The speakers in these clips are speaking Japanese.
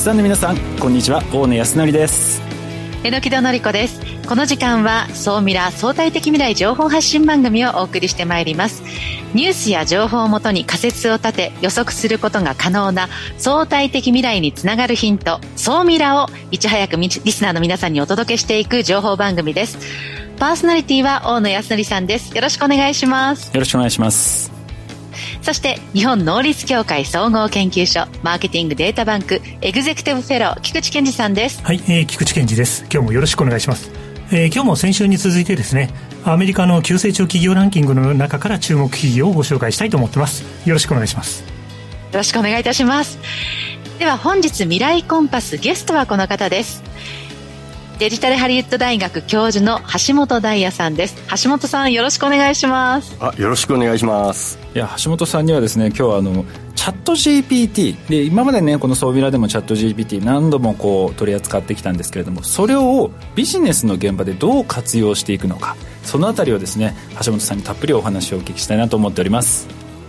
スの皆さん、こんにちは。大野康則です。 榎戸典子です。この時間は総ミラ相対的未来情報発信番組をお送りしてまいります。ニュースや情報をもとに仮説を立て予測することが可能な相対的未来につながるヒント、総ミラをいち早くリスナーの皆さんにお届けしていく情報番組です。パーソナリティは大野康則さんです。よろしくお願いします。 よろしくお願いします。 そして日本能率協会総合研究所マーケティングデータバンクエグゼクティブフェロー菊池健二さんです。 はい、菊池健二です。今日もよろしくお願いします。今日も先週に続いてですね、アメリカの急成長企業ランキングの中から注目企業をご紹介したいと思ってます。よろしくお願いします。 よろしくお願いいたします。では本日未来コンパス、ゲストはこの方です。デジタルハリウッド大学教授の橋本大也さんです。橋本さん、よろしくお願いします。 よろしくお願いします。 いや、橋本さんにはですね、今日はチャット GPT で、今までね、この総ミラでもチャット GPT 何度も取り扱ってきたんですけれども、それをビジネスの現場でどう活用していくのか、そのあたりをですね、橋本さんにたっぷりお話をお聞きしたいなと思っております。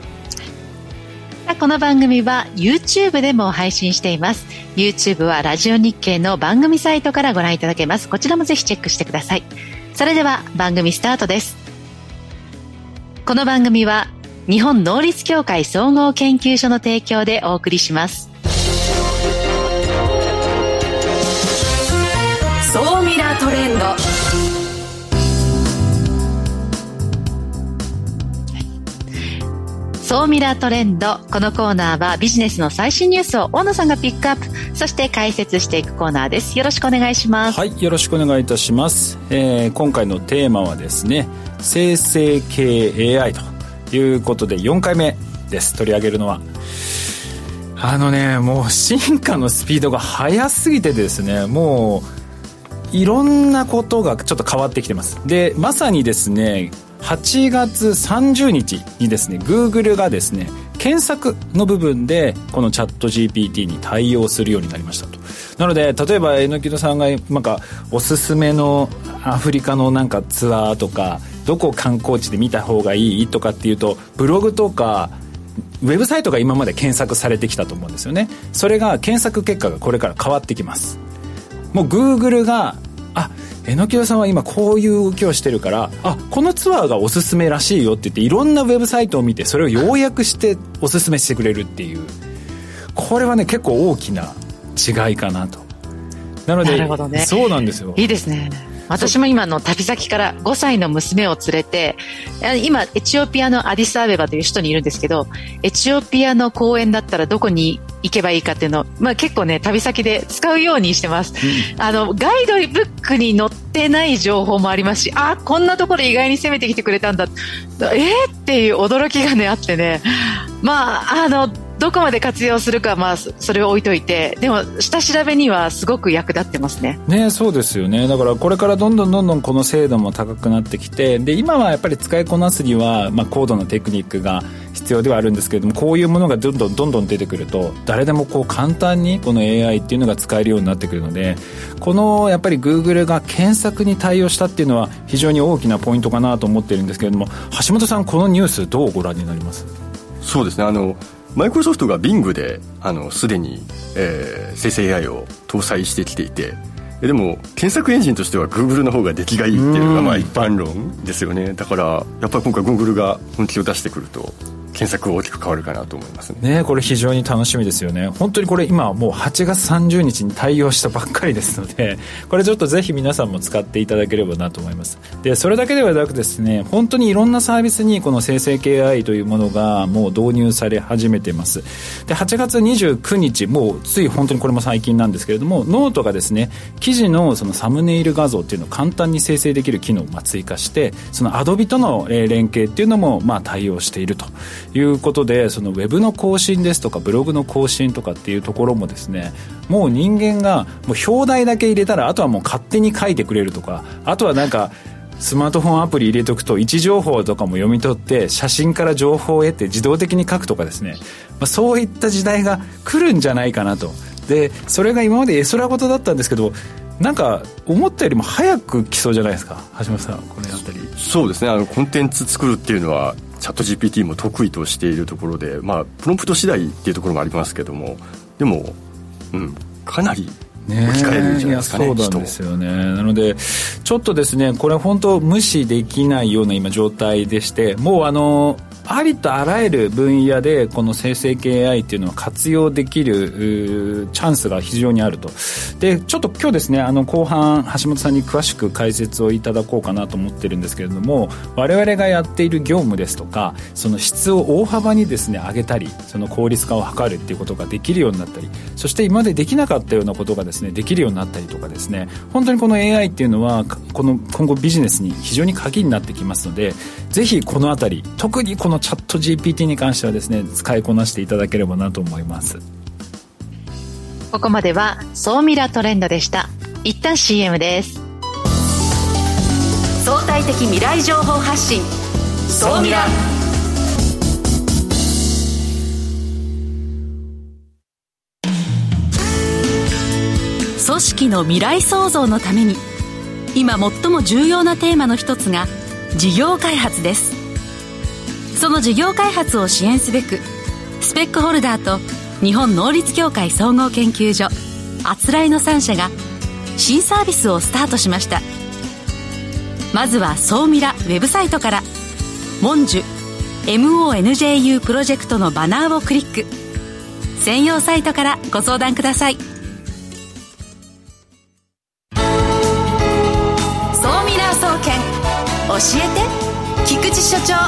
この番組は YouTube でも配信しています。 YouTube はラジオ日経の番組サイトからご覧いただけます。こちらもぜひチェックしてください。それでは番組スタートです。この番組は日本能率協会総合研究所の提供でお送りします。総ミラトレンド。総ミラトレンド。このコーナーはビジネスの最新ニュースを大野さんがピックアップ、そして解説していくコーナーです。よろしくお願いします。 はい、よろしくお願いいたします。今回のテーマはですね、生成系 AI ということで4回目です。取り上げるのはもう進化のスピードが速すぎてですね、もういろんなことがちょっと変わってきてます。で、まさにですね、8月30日にですね、 Google がですね、検索の部分でこのチャット GPT に対応するようになりましたと。なので、例えば榎戸さんがなんかおすすめのアフリカのなんかツアーとか、どこ観光地で見た方がいいとかっていうと、ブログとかウェブサイトが今まで検索されてきたと思うんですよね。それが検索結果がこれから変わってきます。もう Google が榎戸さんは今こういう動きをしてるから、このツアーがおすすめらしいよって言って、いろんなウェブサイトを見てそれを要約しておすすめしてくれるっていう、これはね、結構大きな違いかなと。なので、 なるほどね、 そうなんですよ。 いいですね。私も今の旅先から5歳の娘を連れて、今エチオピアのアディスアベバという首都にいるんですけど、エチオピアの公園だったらどこに行けばいいかっていうのを、結構ね、旅先で使うようにしてます。ガイドブックに載ってない情報もありますし、こんなところ意外に攻めてきてくれたんだ、っていう驚きがね、あってね、どこまで活用するか、それを置いといて、でも下調べにはすごく役立ってますね。 ね、そうですよね。だからこれからどんどんこの精度も高くなってきて、で、今はやっぱり使いこなすには、高度なテクニックが必要ではあるんですけれども、こういうものがどんどん出てくると、誰でも簡単にこの AI っていうのが使えるようになってくるので、このやっぱり Google が検索に対応したっていうのは非常に大きなポイントかなと思っているんですけれども、橋本さん、このニュースどうご覧になります？ そうですね、マイクロソフトが Bing ですでに、生成 AI を搭載してきていて、でも検索エンジンとしては Google の方が出来がいいっていうのが一般論ですよね。だからやっぱり今回 Google が本気を出してくると検索大きく変わるかなと思いますね。 これ非常に楽しみですよね。本当にこれ今もう8月30日に対応したばっかりですので、これちょっとぜひ皆さんも使っていただければなと思います。で、それだけではなくですね、本当にいろんなサービスにこの生成系 AI というものがもう導入され始めています。で、8月29日、もうつい本当にこれも最近なんですけれども、ノートがですね、記事のそのサムネイル画像っていうのを簡単に生成できる機能を追加して、その Adobe との連携っていうのも対応しているということで、そのウェブの更新ですとかブログの更新とかっていうところもですね、もう人間がもう表題だけ入れたら、あとはもう勝手に書いてくれるとか、あとはなんかスマートフォンアプリ入れておくと位置情報とかも読み取って写真から情報を得て自動的に書くとかですね、そういった時代が来るんじゃないかなと。で、それが今まで絵空事だったんですけど、なんか思ったよりも早く来そうじゃないですか、橋本さん。これあたり。 そうですね、コンテンツ作るっていうのはチャット GPT も得意としているところで、プロンプト次第っていうところもありますけども、でも、 かなり置き換えるんじゃないですかね。 そうなんですよね。なのでちょっとですね、これ本当無視できないような今状態でして、もうありとあらゆる分野でこの生成系 AI っていうのは活用できるチャンスが非常にあると。でちょっと今日ですね、後半橋本さんに詳しく解説をいただこうかなと思ってるんですけれども、我々がやっている業務ですとか、その質を大幅にですね上げたり、その効率化を図るっていうことができるようになったり、そして今までできなかったようなことがですねできるようになったりとかですね、本当にこの AI っていうのは今後ビジネスに非常に鍵になってきますので、ぜひこのあたり、特にこのチャット GPT に関してはですね使いこなしていただければなと思います。 ここまでは総ミラトレンドでした。一旦 CM です。 相対的未来情報発信、総ミラ。組織の未来創造のために今最も重要なテーマの一つが事業開発です。その事業開発を支援すべく、スペックホルダーと日本能率協会総合研究所、あつらいの3社が新サービスをスタートしました。まずは総ミラウェブサイトからモンジュ MONJU プロジェクトのバナーをクリック。専用サイトからご相談ください。総ミラ総研、教えて菊池所長。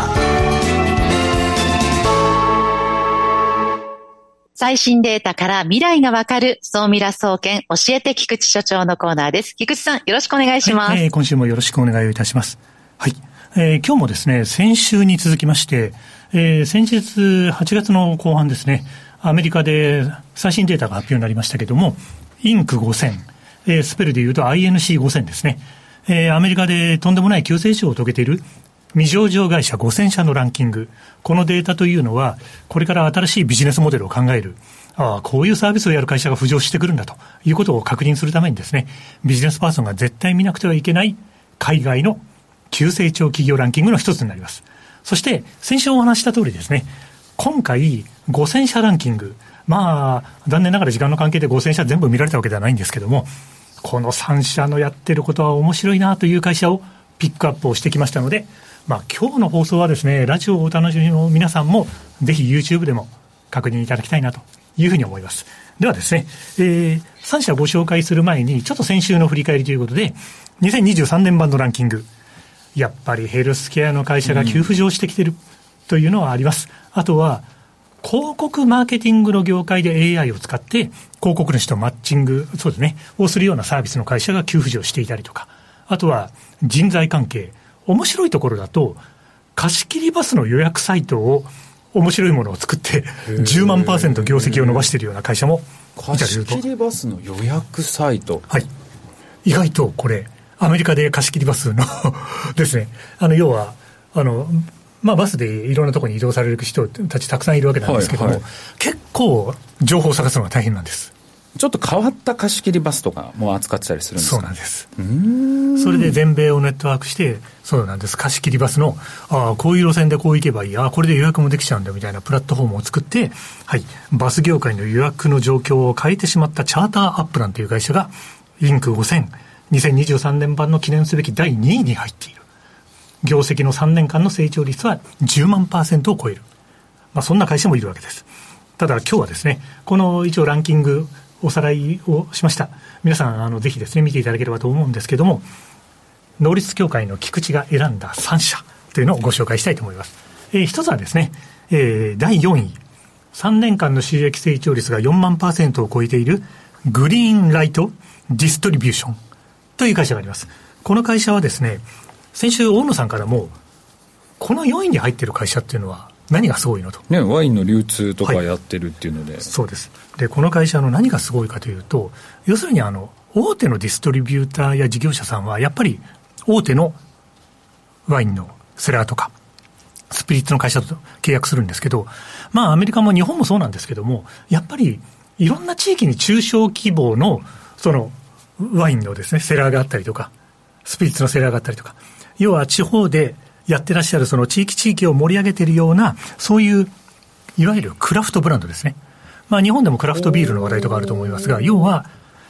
最新データから未来がわかる総ミラ総研、教えて菊池所長のコーナーです。菊池さん、よろしくお願いします。 はい、今週もよろしくお願いいたします。はい、今日もですね、先週に続きまして、先日8月の後半ですね、アメリカで最新データが発表になりましたけども、インク5000、スペルでいうと INC5000 ですね、アメリカでとんでもない急成長を遂げている未上場会社5000社のランキング、このデータというのはこれから新しいビジネスモデルを考える、こういうサービスをやる会社が浮上してくるんだということを確認するためにですね、ビジネスパーソンが絶対見なくてはいけない海外の急成長企業ランキングの一つになります。そして先週お話した通りですね、今回5000社ランキング、残念ながら時間の関係で5000社全部見られたわけではないんですけども、この3社のやってることは面白いなという会社をピックアップをしてきましたので、今日の放送はですね、ラジオをお楽しみの皆さんもぜひ YouTube でも確認いただきたいなというふうに思います。ではですね、3社ご紹介する前にちょっと先週の振り返りということで、2023年版のランキング、やっぱりヘルスケアの会社が急浮上してきているというのはあります。あとは広告マーケティングの業界で AI を使って広告主とマッチング、そうですね、をするようなサービスの会社が急浮上していたりとか、あとは人材関係、面白いところだと貸し切りバスの予約サイトを面白いものを作って10万%業績を伸ばしているような会社もいたりすると。 貸し切りバスの予約サイト、 はい、意外とこれアメリカで貸し切りバスのですね、要はバスでいろんなところに移動される人たちたくさんいるわけなんですけども、結構情報を探すのが大変なんです。 ちょっと変わった貸し切りバスとかも扱ってたりするんですか？ そうなんです。それで全米をネットワークして、そうなんです、貸し切りバスのこういう路線でこう行けばいい、これで予約もできちゃうんだみたいなプラットフォームを作って、はい、バス業界の予約の状況を変えてしまったチャーターアップなんていう会社がインク5000、2023年版の記念すべき第2位に入っている。業績の3年間の成長率は10万%を超える、そんな会社もいるわけです。ただ今日はですね、この一応ランキングおさらいをしました。皆さんぜひですね見ていただければと思うんですけども、能率協会の菊池が選んだ3社というのをご紹介したいと思います。一つはですね、第4位、3年間の収益成長率が4万%を超えているグリーンライトディストリビューションという会社があります。この会社はですね、先週大野さんからもこの4位に入っている会社っていうのは何がすごいのと、 ね、ワインの流通とかやってるっていうので、 そうです。でこの会社の何がすごいかというと、要するに大手のディストリビューターや事業者さんはやっぱり大手のワインのセラーとかスピリッツの会社と契約するんですけど、アメリカも日本もそうなんですけども、やっぱりいろんな地域に中小規模のそのワインのですねセラーがあったりとか、スピリッツのセラーがあったりとか、要は地方でやってらっしゃるその地域を盛り上げているような、そういういわゆるクラフトブランドですね。日本でもクラフトビールの話題とかあると思いますが、要は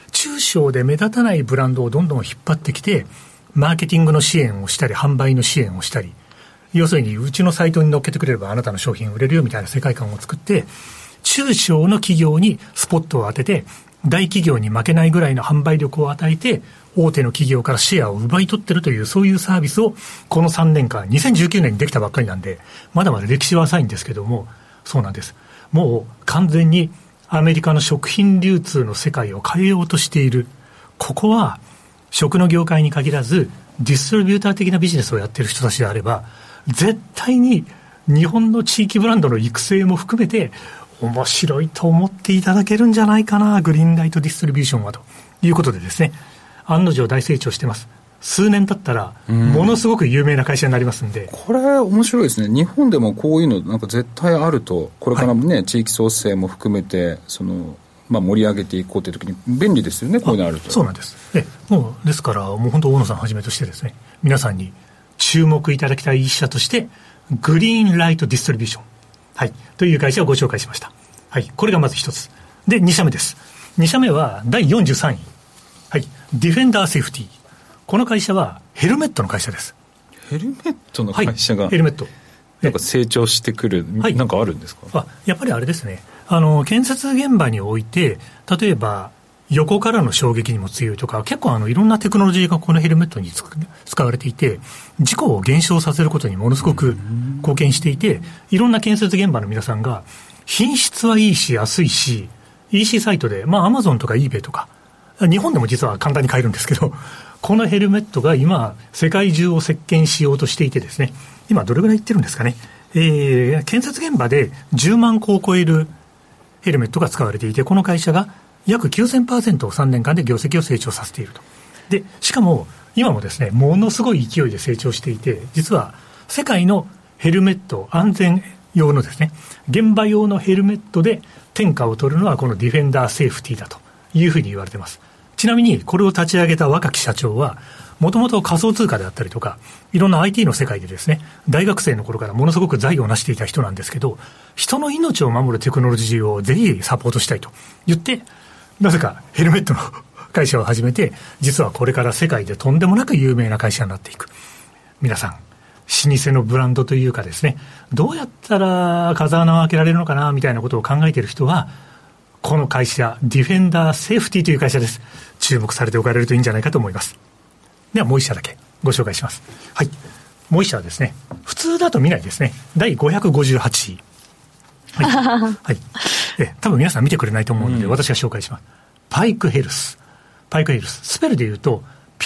中小で目立たないブランドをどんどん引っ張ってきて、マーケティングの支援をしたり、販売の支援をしたり、要するにうちのサイトに載っけてくれればあなたの商品売れるよみたいな世界観を作って、中小の企業にスポットを当てて、大企業に負けないぐらいの販売力を与えて、大手の企業からシェアを奪い取ってるという、そういうサービスをこの3年間、2019年にできたばっかりなんで、まだまだ歴史は浅いんですけども、そうなんです。もう完全にアメリカの食品流通の世界を変えようとしている。ここは食の業界に限らずディストリビューター的なビジネスをやっている人たちであれば、絶対に日本の地域ブランドの育成も含めて面白いと思っていただけるんじゃないかな、グリーンライトディストリビューションはということでですね、案の定大成長してます。数年経ったらものすごく有名な会社になりますんで、 これ面白いですね。日本でもこういうのなんか絶対あると、これからもね、はい、地域創生も含めて盛り上げていこうというときに便利ですよね、こういうのあると。 そうなんです。もうですからもう本当大野さんはじめとしてですね、皆さんに注目いただきたい一社としてグリーンライトディストリビューション、はい、という会社をご紹介しました。はい、これがまず一つで、2社目です。2社目は第43位、はい、ディフェンダーセーフティー。この会社はヘルメットの会社です。 ヘルメットの会社が、はい、 ヘルメットなんか成長してくる、はい、なんかあるんですか？ やっぱりあれですね、建設現場において、例えば横からの衝撃にも強いとか、結構いろんなテクノロジーがこのヘルメットに使われていて、事故を減少させることにものすごく貢献していて、いろんな建設現場の皆さんが品質はいいし安いし、 EC サイトでAmazon とか eBay とか日本でも実は簡単に買えるんですけど、このヘルメットが今世界中を席巻しようとしていてですね、今どれぐらいいってるんですかね、建設現場で10万個を超えるヘルメットが使われていて、この会社が約 9000% を3年間で業績を成長させていると。でしかも今もですね、ものすごい勢いで成長していて、実は世界のヘルメット安全用のですね、現場用のヘルメットで天下を取るのはこのディフェンダーセーフティーだというふうに言われています。ちなみにこれを立ち上げた若き社長は、もともと仮想通貨であったりとか、いろんな IT の世界でですね、大学生の頃からものすごく財を成していた人なんですけど、人の命を守るテクノロジーをぜひサポートしたいと言って、なぜかヘルメットの会社を始めて、実はこれから世界でとんでもなく有名な会社になっていく。皆さん、老舗のブランドというかですね、どうやったら風穴を開けられるのかなみたいなことを考えている人は、この会社ディフェンダーセーフティーという会社です。注目されておかれるといいんじゃないかと思います。ではもう一社だけご紹介します。はい、もう一社はですね、普通だと見ないですね、第558位、はいはい、多分皆さん見てくれないと思うので、私が紹介します。パイクヘルス。パイクヘルス、スペルで言うと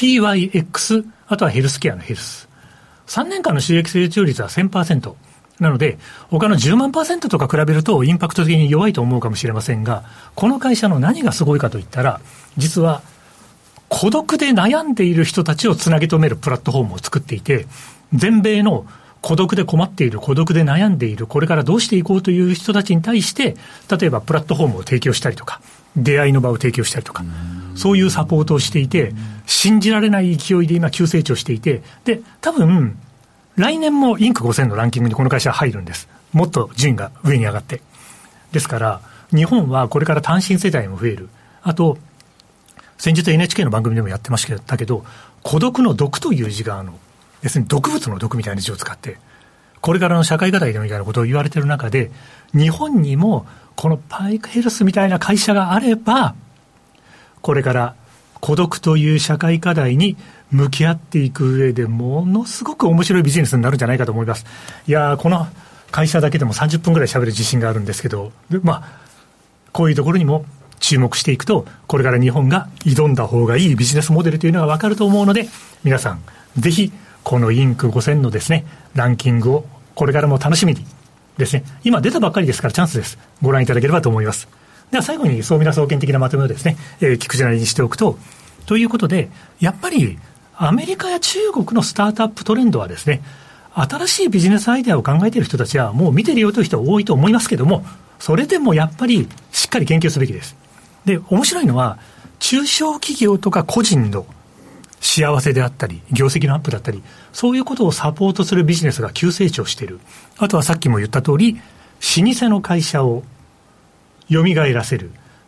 PYX、 あとはヘルスケアのヘルス。3年間の収益成長率は 1000%なので、他の10万%とか比べるとインパクト的に弱いと思うかもしれませんが、この会社の何がすごいかといったら、実は孤独で悩んでいる人たちをつなぎ止めるプラットフォームを作っていて、全米の孤独で困っている、孤独で悩んでいる、これからどうしていこうという人たちに対して、例えばプラットフォームを提供したりとか、出会いの場を提供したりとか、そういうサポートをしていて、信じられない勢いで今急成長していて、で多分来年もインク5000のランキングにこの会社は入るんです。もっと順位が上に上がって。ですから日本はこれから単身世帯も増える。あと先日 NHK の番組でもやってましたけど、孤独の毒という字が要するに毒物の毒みたいな字を使って、これからの社会課題でみたいなことを言われている中で、日本にもこのパイクヘルスみたいな会社があれば、これから孤独という社会課題に向き合っていく上でものすごく面白いビジネスになるんじゃないかと思います。いやー、この会社だけでも30分ぐらい喋る自信があるんですけど、こういうところにも注目していくと、これから日本が挑んだ方がいいビジネスモデルというのが分かると思うので、皆さんぜひこのインク5000のですね、ランキングをこれからも楽しみにですね、今出たばっかりですからチャンスです。ご覧いただければと思います。では最後に総ミラ総研的なまとめをですね、聞くじゃないにしておくと、ということで、やっぱりアメリカや中国のスタートアップトレンドはですね、新しいビジネスアイデアを考えている人たちはもう見てるよという人は多いと思いますけども、それでもやっぱりしっかり研究すべきです。で、面白いのは中小企業とか個人の幸せであったり業績のアップだったり、そういうことをサポートするビジネスが急成長している。あとはさっきも言った通り、老舗の会社を蘇らせる、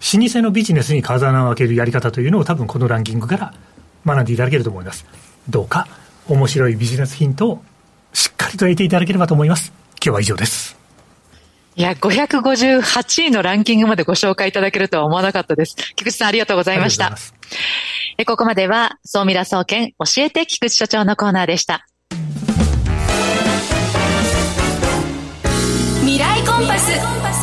老舗のビジネスに風穴を開けるやり方というのを多分このランキングから学んでいただけると思います。どうか面白いビジネスヒントをしっかりと得ていただければと思います。今日は以上です。 いや、558位のランキングまでご紹介いただけるとは思わなかったです。菊池さんありがとうございました。ここまでは総ミラ総研教えて菊池所長のコーナーでした。 未来コンパス。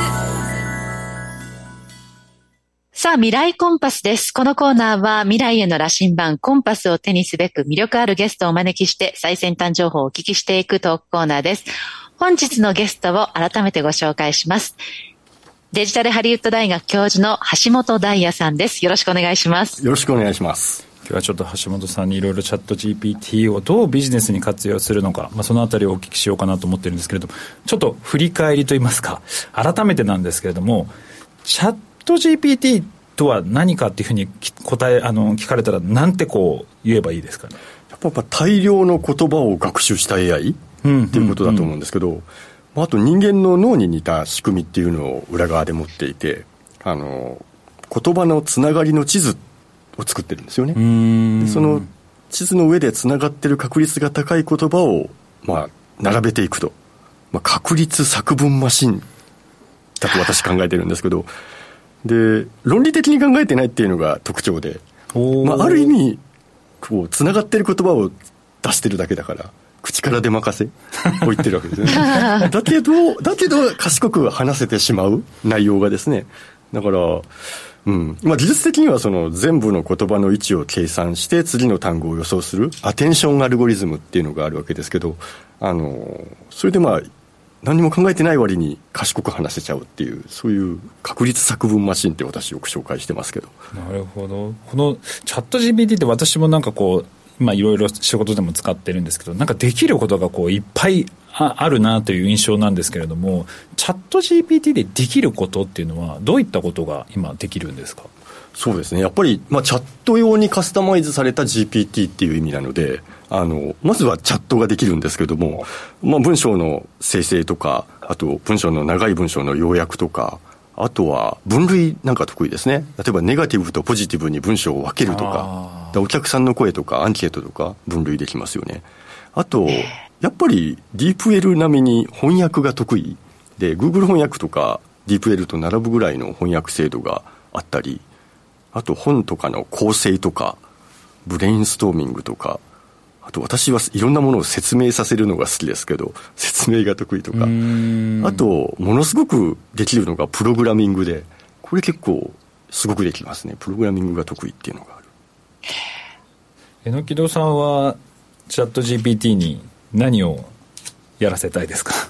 さあ、未来コンパスです。このコーナーは未来への羅針盤コンパスを手にすべく魅力あるゲストをお招きして最先端情報をお聞きしていくトークコーナーです。本日のゲストを改めてご紹介します。デジタルハリウッド大学教授の橋本大也さんです。よろしくお願いします。 よろしくお願いします。 今日はちょっと橋本さんにいろいろチャット GPT をどうビジネスに活用するのか、そのあたりをお聞きしようかなと思ってるんですけれども、ちょっと振り返りといいますか改めてなんですけれども、チャット GPT とは何かっていうふうに聞かれたらなんてこう言えばいいですかね。 やっぱ大量の言葉を学習した AI っていうことだと思うんですけど、あと人間の脳に似た仕組みっていうのを裏側で持っていて、言葉のつながりの地図を作ってるんですよね。でその地図の上でつながってる確率が高い言葉を、並べていくと、確率作文マシンだと私考えてるんですけどで論理的に考えてないっていうのが特徴で、ある意味こうつながってる言葉を出してるだけだから口から出任せを言ってるわけですねだけど賢く話せてしまう内容がですね、だから技術的にはその全部の言葉の位置を計算して次の単語を予想するアテンションアルゴリズムっていうのがあるわけですけど、それで何も考えてない割に賢く話せちゃうっていう、そういう確率作文マシンって私よく紹介してますけど。 なるほど。このチャット GPT って私もなんかこう今いろいろ仕事でも使ってるんですけど、なんかできることがこういっぱいあるなという印象なんですけれども、チャット GPT でできることっていうのはどういったことが今できるんですか？ そうですね、やっぱり、チャット用にカスタマイズされた GPT っていう意味なので、まずはチャットができるんですけども、文章の生成とか、あと長い文章の要約とか、あとは分類なんか得意ですね。例えばネガティブとポジティブに文章を分けるとか、お客さんの声とかアンケートとか分類できますよね。あとやっぱりディープ L 並みに翻訳が得意で、 Google 翻訳とかディープ L と並ぶぐらいの翻訳精度があったり、あと本とかの構成とかブレインストーミングとか、あと私はいろんなものを説明させるのが好きですけど説明が得意とか、あとものすごくできるのがプログラミングで、これ結構すごくできますね。プログラミングが得意っていうのがある。 榎木戸さんはチャット GPT に何をやらせたいですか？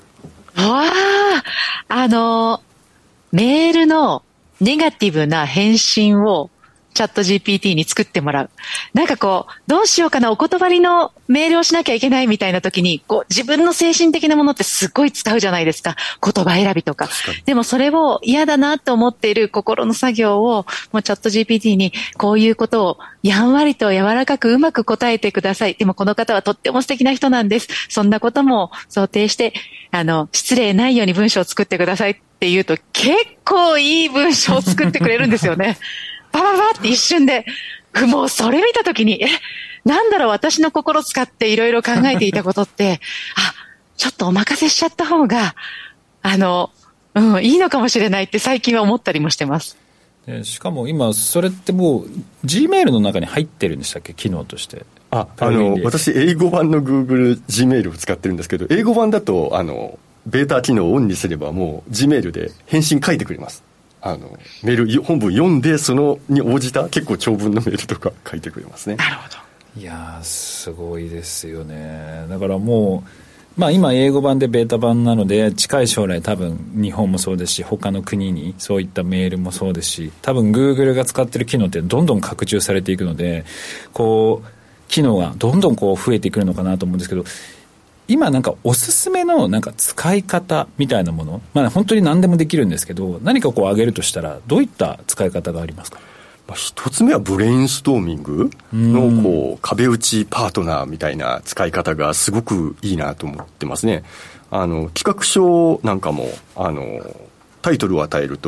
メールのネガティブな返信をチャット GPT に作ってもらう。なんかこう、どうしようかな、お断りのメールをしなきゃいけないみたいな時に、こう、自分の精神的なものってすっごい使うじゃないですか。言葉選びとか。でもそれを嫌だなと思っている心の作業を、もうチャット GPT にこういうことをやんわりと柔らかくうまく答えてください。でもこの方はとっても素敵な人なんです。そんなことも想定して、失礼ないように文章を作ってくださいって言うと、結構いい文章を作ってくれるんですよね。パパパって一瞬で、もうそれ見たときに、なんだろう、私の心使っていろいろ考えていたことって、ちょっとお任せしちゃった方が、いいのかもしれないって最近は思ったりもしてます。 しかも今、それってもう、Gmail の中に入ってるんでしたっけ、機能として。 私、英語版の Google Gmail を使ってるんですけど、英語版だと、ベータ機能をオンにすれば、もう Gmail で返信書いてくれます。メール本文読んでそのに応じた結構長文のメールとか書いてくれますね。 なるほど。いやすごいですよね。だからもう、今英語版でベータ版なので近い将来多分日本もそうですし他の国にそういったメールもそうですし、多分 Google が使ってる機能ってどんどん拡充されていくので、こう機能がどんどんこう増えてくるのかなと思うんですけど、今なんかおすすめのなんか使い方みたいなもの、本当に何でもできるんですけど、何かこう挙げるとしたらどういった使い方がありますか？ 一つ目はブレインストーミングのこう壁打ちパートナーみたいな使い方がすごくいいなと思ってますね。企画書なんかもタイトルを与えると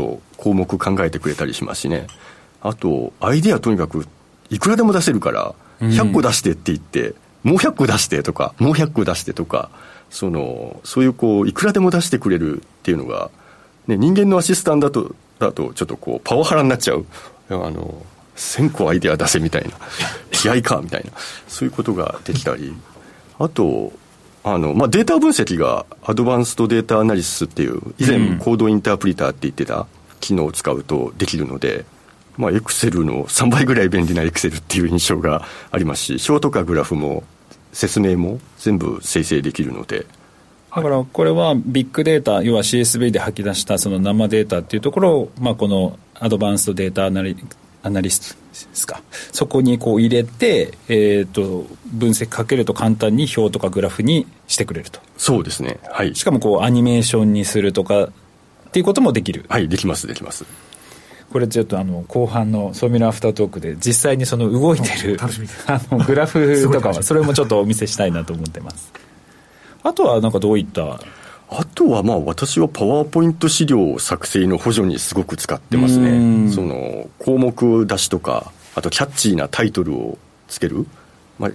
項目考えてくれたりしますしね。あとアイデアとにかくいくらでも出せるから100個出してって言って、もう100個出してとかもう100個出してとか、そういういくらでも出してくれるっていうのが、ね、人間のアシスタントだとちょっとパワハラになっちゃう。1000個アイデア出せみたいな気合かみたいな、そういうことができたり、あとデータ分析がアドバンストデータアナリシスっていう以前コードインタープリターって言ってた機能を使うとできるので、エクセルの3倍ぐらい便利なエクセルっていう印象がありますし、表とかグラフも説明も全部生成できるので、 だからこれはビッグデータ、要は CSV で吐き出したその生データっていうところを、このアドバンストデータアナリストですか、そこに入れて、分析かけると簡単に表とかグラフにしてくれると。 そうですね、はい。 しかもアニメーションにするとかっていうこともできる。 はい、できますできます。 これちょっと後半のソーミルアフタートークで実際にその動いてるグラフとかはそれもちょっとお見せしたいなと思ってます。あとはどういった？ あとは私はパワーポイント資料作成の補助にすごく使ってますね。その項目出しとか、あとキャッチーなタイトルをつける、コ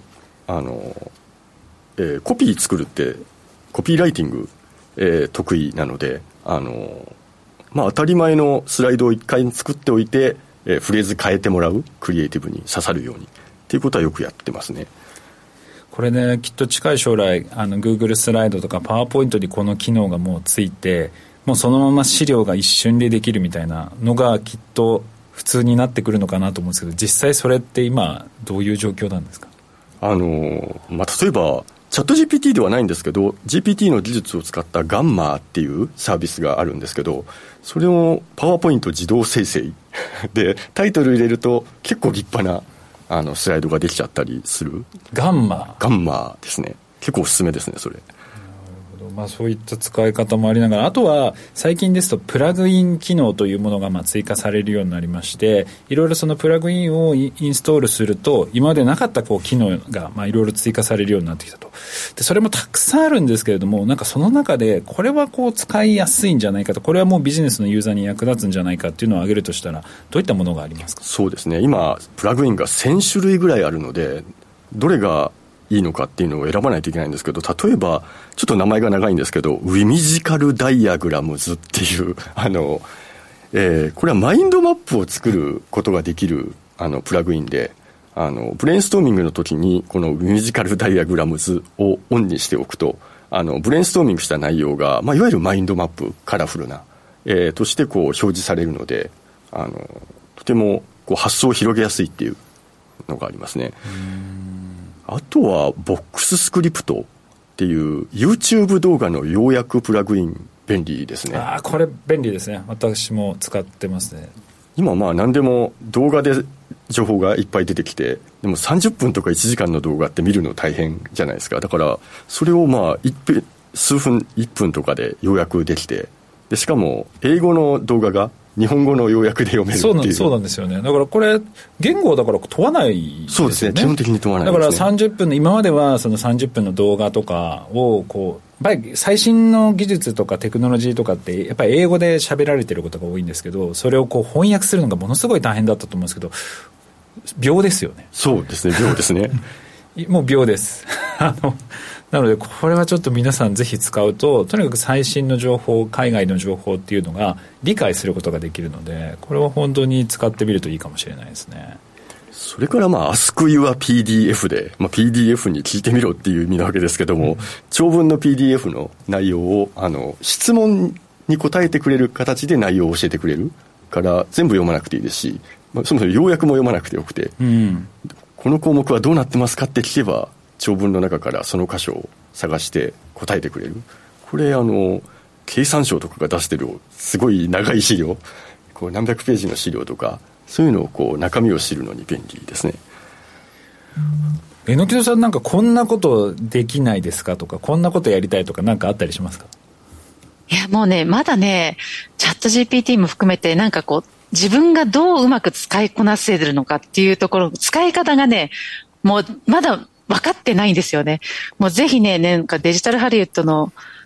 ピー作るってコピーライティング、得意なので、当たり前のスライドを一回作っておいて、フレーズ変えてもらう、クリエイティブに刺さるようにっていうことはよくやってますね。 これね、きっと近い将来Google スライドとかパワーポイントにこの機能がもうついて、もうそのまま資料が一瞬でできるみたいなのがきっと普通になってくるのかなと思うんですけど、実際それって今どういう状況なんですか？ 例えばチャット GPT ではないんですけど、 GPT の技術を使ったガンマーっていうサービスがあるんですけど、それをパワーポイント自動生成でタイトル入れると結構立派なスライドができちゃったりする。 ガンマーですね。結構おすすめですね、それ。 そういった使い方もありながら、あとは最近ですとプラグイン機能というものが追加されるようになりまして、いろいろそのプラグインをインストールすると今までなかった機能がいろいろ追加されるようになってきたと。でそれもたくさんあるんですけれども、その中でこれは使いやすいんじゃないかと、これはもうビジネスのユーザーに役立つんじゃないかっていうのを挙げるとしたら、どういったものがありますか？ そうですね、今プラグインが1000種類ぐらいあるので、どれがいいのかっていうのを選ばないといけないんですけど、例えばちょっと名前が長いんですけど、ウィミジカルダイアグラムズっていうこれはマインドマップを作ることができるプラグインで、ブレインストーミングの時にこのウィミジカルダイアグラムズをオンにしておくと、ブレインストーミングした内容が、いわゆるマインドマップ、カラフルな、として表示されるので、とても発想を広げやすいっていうのがありますね。あとはボックススクリプトっていう YouTube 動画の要約プラグイン、便利ですね。 これ便利ですね。私も使ってますね。 今何でも動画で情報がいっぱい出てきて、でも30分とか1時間の動画って見るの大変じゃないですか。だからそれを1分とかで要約できて、でしかも英語の動画が日本語の要約で読めるっていう。 そうなんですよね。だからこれ言語だから問わないですよね。 そうですね、基本的に問わないですね。 だから30分の、今まではその30分の動画とかをやっぱり最新の技術とかテクノロジーとかってやっぱり英語で喋られてることが多いんですけど、それを翻訳するのがものすごい大変だったと思うんですけど、秒ですよね。 そうですね、秒ですねもう秒ですなのでこれはちょっと皆さんぜひ使うと、とにかく最新の情報、海外の情報っていうのが理解することができるので、これは本当に使ってみるといいかもしれないですね。 それからAsk Your PDF で、PDF に聞いてみろっていう意味なわけですけども、長文の PDF の内容を質問に答えてくれる形で内容を教えてくれるから全部読まなくていいですし、そもそも要約も読まなくてよくて、この項目はどうなってますかって聞けば長文の中からその箇所を探して答えてくれる。これ経産省とかが出してるすごい長い資料、何百ページの資料とか、そういうのを中身を知るのに便利ですね。 榎戸さん、こんなことできないですかとか、こんなことやりたいとかあったりしますか？ いやもうね、まだね、チャット GPT も含めて自分がどううまく使いこなせるのかっていうところ、使い方がね、もうまだ分かってないんですよね。もうぜひね、デジタルハリウッドの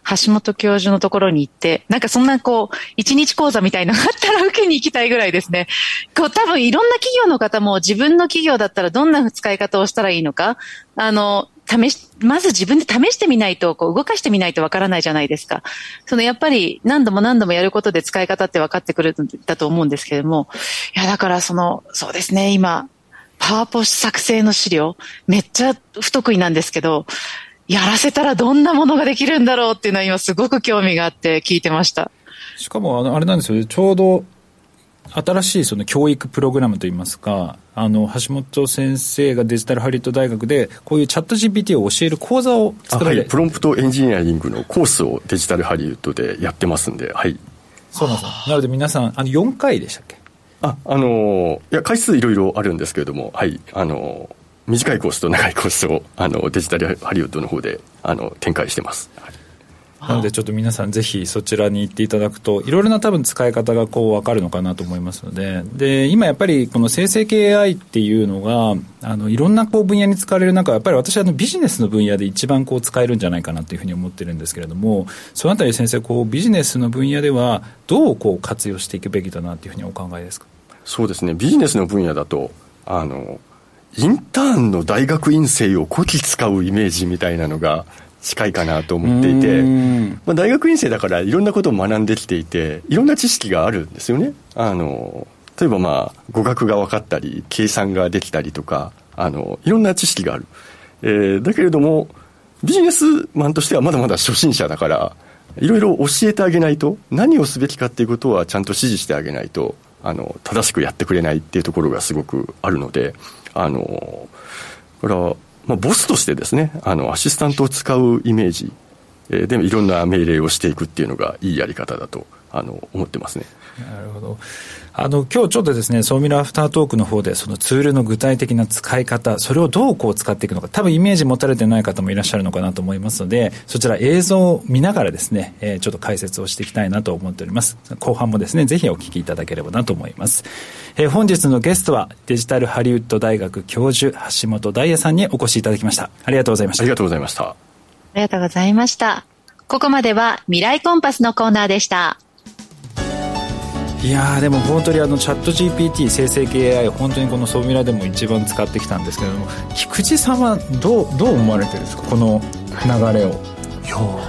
橋本教授のところに行って、なんかそんな一日講座みたいなのがあったら受けに行きたいぐらいですね。多分いろんな企業の方も自分の企業だったらどんな使い方をしたらいいのか、まず自分で試してみないと、動かしてみないとわからないじゃないですか。やっぱり何度も何度もやることで使い方って分かってくるんだと思うんですけれども、いや、だからそうですね、今、パワポ作成の資料、めっちゃ不得意なんですけど、やらせたらどんなものができるんだろうっていうのは今すごく興味があって聞いてました。 しかもあれなんですよね、ちょうど新しい教育プログラムといいますか、橋本先生がデジタルハリウッド大学でこういうチャット GPT を教える講座を作られて、 はい、プロンプトエンジニアリングのコースをデジタルハリウッドでやってますんで、はい。 そうなんですよ。なので皆さん4回でしたっけ？ いや回数いろいろあるんですけれども、はい、短いコースと長いコースをデジタルハリウッドの方で展開してます。はい、 なのでちょっと皆さんぜひそちらに行っていただくといろいろな多分使い方が分かるのかなと思いますので、今やっぱりこの生成系 AI っていうのがいろんな分野に使われる中、やっぱり私はビジネスの分野で一番使えるんじゃないかなというふうに思ってるんですけれども、そのあたり先生ビジネスの分野ではどう活用していくべきだなというふうにお考えですか？ そうですね、ビジネスの分野だとインターンの大学院生をこき使うイメージみたいなのが近いかなと思っていて、大学院生だからいろんなことを学んできていていろんな知識があるんですよね。例えば語学が分かったり計算ができたりとかいろんな知識がある、だけれどもビジネスマンとしてはまだまだ初心者だからいろいろ教えてあげないと、何をすべきかっていうことはちゃんと指示してあげないと正しくやってくれないっていうところがすごくあるので、これはボスとしてですね、アシスタントを使うイメージ、でいろんな命令をしていくっていうのがいいやり方だと思ってますね。 なるほど。今日ちょっとですね、総ミラアフタートークの方でそのツールの具体的な使い方、それをどう使っていくのか、多分イメージ持たれてない方もいらっしゃるのかなと思いますので、そちら映像を見ながらですね、ちょっと解説をしていきたいなと思っております。後半もですね、ぜひお聞きいただければなと思います。本日のゲストはデジタルハリウッド大学教授橋本大也さんにお越しいただきました。ありがとうございました。 ありがとうございました。 ありがとうございました。ここまでは未来コンパスのコーナーでした。 いやでも本当にチャット GPT 生成系 AI 本当にこの総ミラでも一番使ってきたんですけれども、菊池さんはどう思われてるんですか、この流れを？ い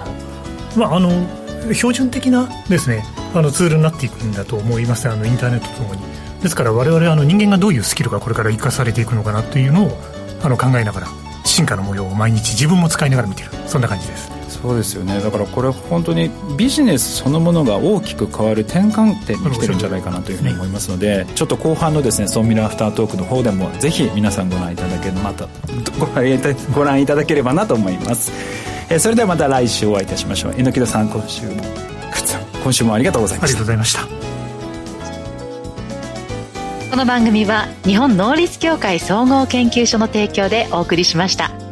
や標準的なですねツールになっていくんだと思います。インターネットとともに。ですから我々人間がどういうスキルがこれから生かされていくのかなというのを考えながら進化の模様を毎日自分も使いながら見ている、そんな感じです。 そうですよね。だからこれ本当にビジネスそのものが大きく変わる転換点に来てるんじゃないかなというふうに思いますので、ちょっと後半のですね総ミラアフタートークの方でもぜひ皆さんご覧いただければなと思います。それではまた来週お会いいたしましょう。榎田さん、今週もありがとうございました。 ありがとうございました。 この番組は日本能率協会総合研究所の提供でお送りしました。